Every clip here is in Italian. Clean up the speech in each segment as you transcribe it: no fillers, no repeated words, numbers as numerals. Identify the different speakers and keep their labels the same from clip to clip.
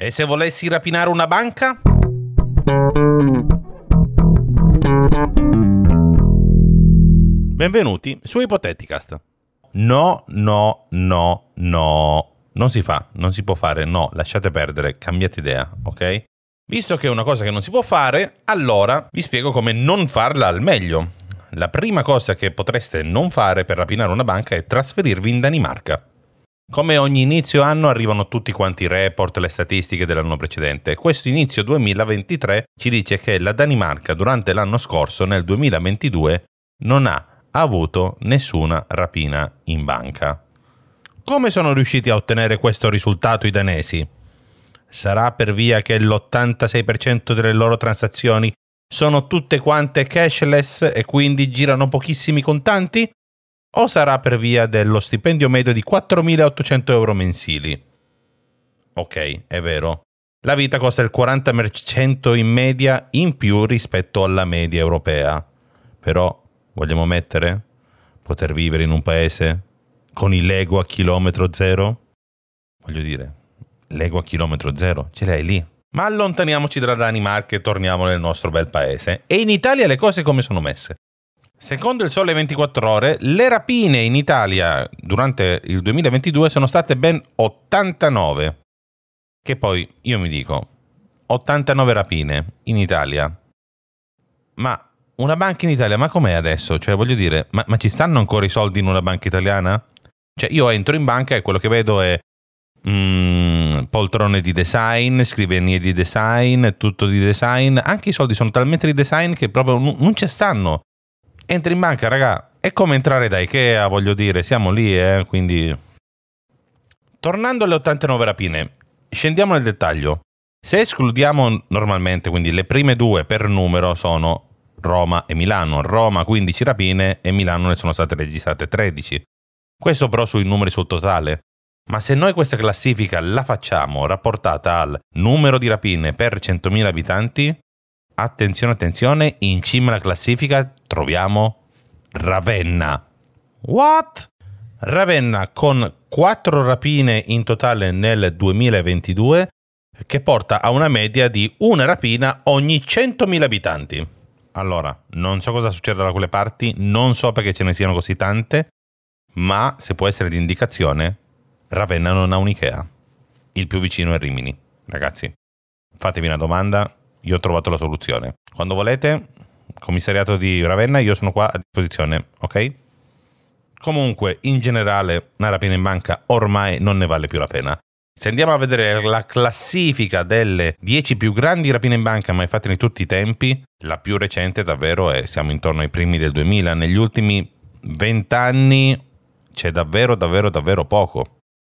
Speaker 1: E se volessi rapinare una banca? Benvenuti su Ipoteticast. No. Non si fa, non si può fare, no, lasciate perdere, cambiate idea, ok? Visto che è una cosa che non si può fare, allora vi spiego come non farla al meglio. La prima cosa che potreste non fare per rapinare una banca è trasferirvi in Danimarca. Come ogni inizio anno arrivano tutti quanti i report, le statistiche dell'anno precedente. Questo inizio 2023 ci dice che la Danimarca durante l'anno scorso, nel 2022, non ha avuto nessuna rapina in banca. Come sono riusciti a ottenere questo risultato i danesi? Sarà per via che l'86% delle loro transazioni sono tutte quante cashless e quindi girano pochissimi contanti? O sarà per via dello stipendio medio di 4.800 euro mensili? Ok, è vero. La vita costa il 40% in media in più rispetto alla media europea. Però vogliamo mettere? Poter vivere in un paese con i Lego a chilometro zero? Voglio dire, Lego a chilometro zero, ce l'hai lì. Ma allontaniamoci dalla Danimarca e torniamo nel nostro bel paese. E in Italia le cose come sono messe? Secondo il Sole 24 Ore, le rapine in Italia durante il 2022 sono state ben 89. Che poi, io mi dico, 89 rapine in Italia. Ma una banca in Italia, ma com'è adesso? Cioè, voglio dire, ma ci stanno ancora i soldi in una banca italiana? Cioè, io entro in banca e quello che vedo è poltrone di design, scrivanie di design, tutto di design. Anche i soldi sono talmente di design che proprio non ci stanno. Entri in banca, raga, è come entrare da Ikea, voglio dire, siamo lì, quindi... Tornando alle 89 rapine, scendiamo nel dettaglio. Se escludiamo normalmente, quindi le prime due per numero sono Roma e Milano. Roma 15 rapine e Milano ne sono state registrate 13. Questo però sui numeri sul totale. Ma se noi questa classifica la facciamo rapportata al numero di rapine per 100.000 abitanti, attenzione, in cima alla classifica troviamo Ravenna. What? Ravenna con 4 rapine in totale nel 2022, che porta a una media di una rapina ogni 100.000 abitanti. Allora, non so cosa succede da quelle parti, non so perché ce ne siano così tante, ma se può essere di indicazione, Ravenna non ha un Ikea. Il più vicino è Rimini. Ragazzi, fatevi una domanda, io ho trovato la soluzione. Quando volete, commissariato di Ravenna, io sono qua a disposizione, ok? Comunque, in generale, una rapina in banca ormai non ne vale più la pena. Se andiamo a vedere la classifica delle 10 più grandi rapine in banca mai fatte in tutti i tempi, la più recente davvero è, siamo intorno ai primi del 2000. Negli ultimi 20 anni c'è davvero poco.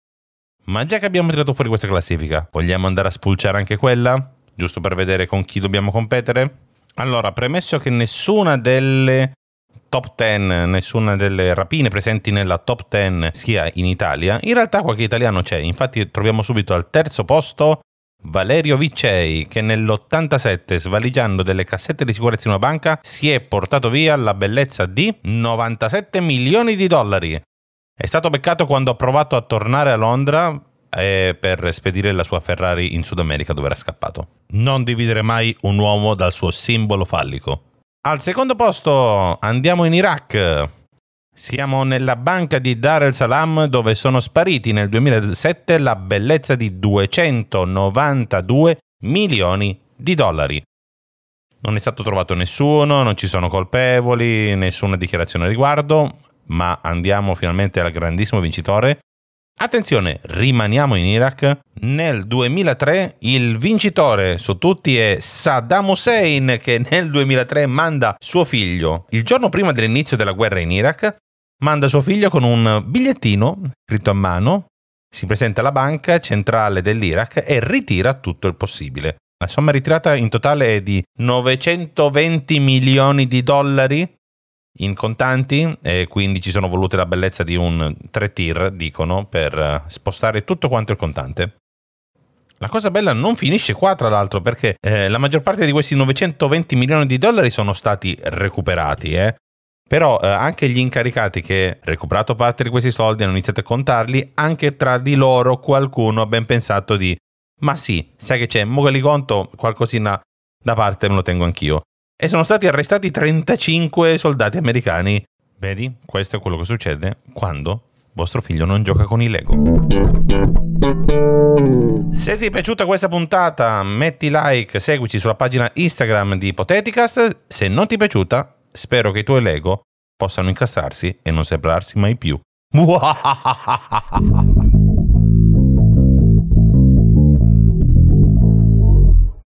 Speaker 1: Ma già che abbiamo tirato fuori questa classifica, vogliamo andare a spulciare anche quella? Giusto per vedere con chi dobbiamo competere? Allora, premesso che nessuna delle top 10, nessuna delle rapine presenti nella top 10 sia in Italia, in realtà qualche italiano c'è. Infatti troviamo subito al terzo posto Valerio Viccei, che nell'87, svaligiando delle cassette di sicurezza in una banca, si è portato via la bellezza di 97 milioni di dollari. È stato beccato quando ha provato a tornare a Londra per spedire la sua Ferrari in Sud America, dove era scappato. Non dividere mai un uomo dal suo simbolo fallico. Al secondo posto andiamo in Iraq. Siamo nella banca di Dar el Salam, dove sono spariti nel 2007 la bellezza di 292 milioni di dollari. Non è stato trovato nessuno, non ci sono colpevoli, nessuna dichiarazione a riguardo, ma andiamo finalmente al grandissimo vincitore. Attenzione, rimaniamo in Iraq. Nel 2003 il vincitore su tutti è Saddam Hussein, che nel 2003 manda suo figlio, il giorno prima dell'inizio della guerra in Iraq, manda suo figlio con un bigliettino scritto a mano, si presenta alla banca centrale dell'Iraq e ritira tutto il possibile. La somma ritirata in totale è di 920 milioni di dollari in contanti, e quindi ci sono volute la bellezza di un 3 tir, dicono, per spostare tutto quanto il contante. La cosa bella non finisce qua, tra l'altro, perché la maggior parte di questi 920 milioni di dollari sono stati recuperati, Però anche gli incaricati che, recuperato parte di questi soldi, hanno iniziato a contarli, anche tra di loro qualcuno ha ben pensato di Ma sì, sai che c'è, mo che li conto, qualcosina da parte me lo tengo anch'io. E sono stati arrestati 35 soldati americani. Vedi, questo è quello che succede quando vostro figlio non gioca con i Lego. Se ti è piaciuta questa puntata, metti like, seguici sulla pagina Instagram di Ipoteticast. Se non ti è piaciuta, spero che i tuoi Lego possano incastrarsi e non separarsi mai più.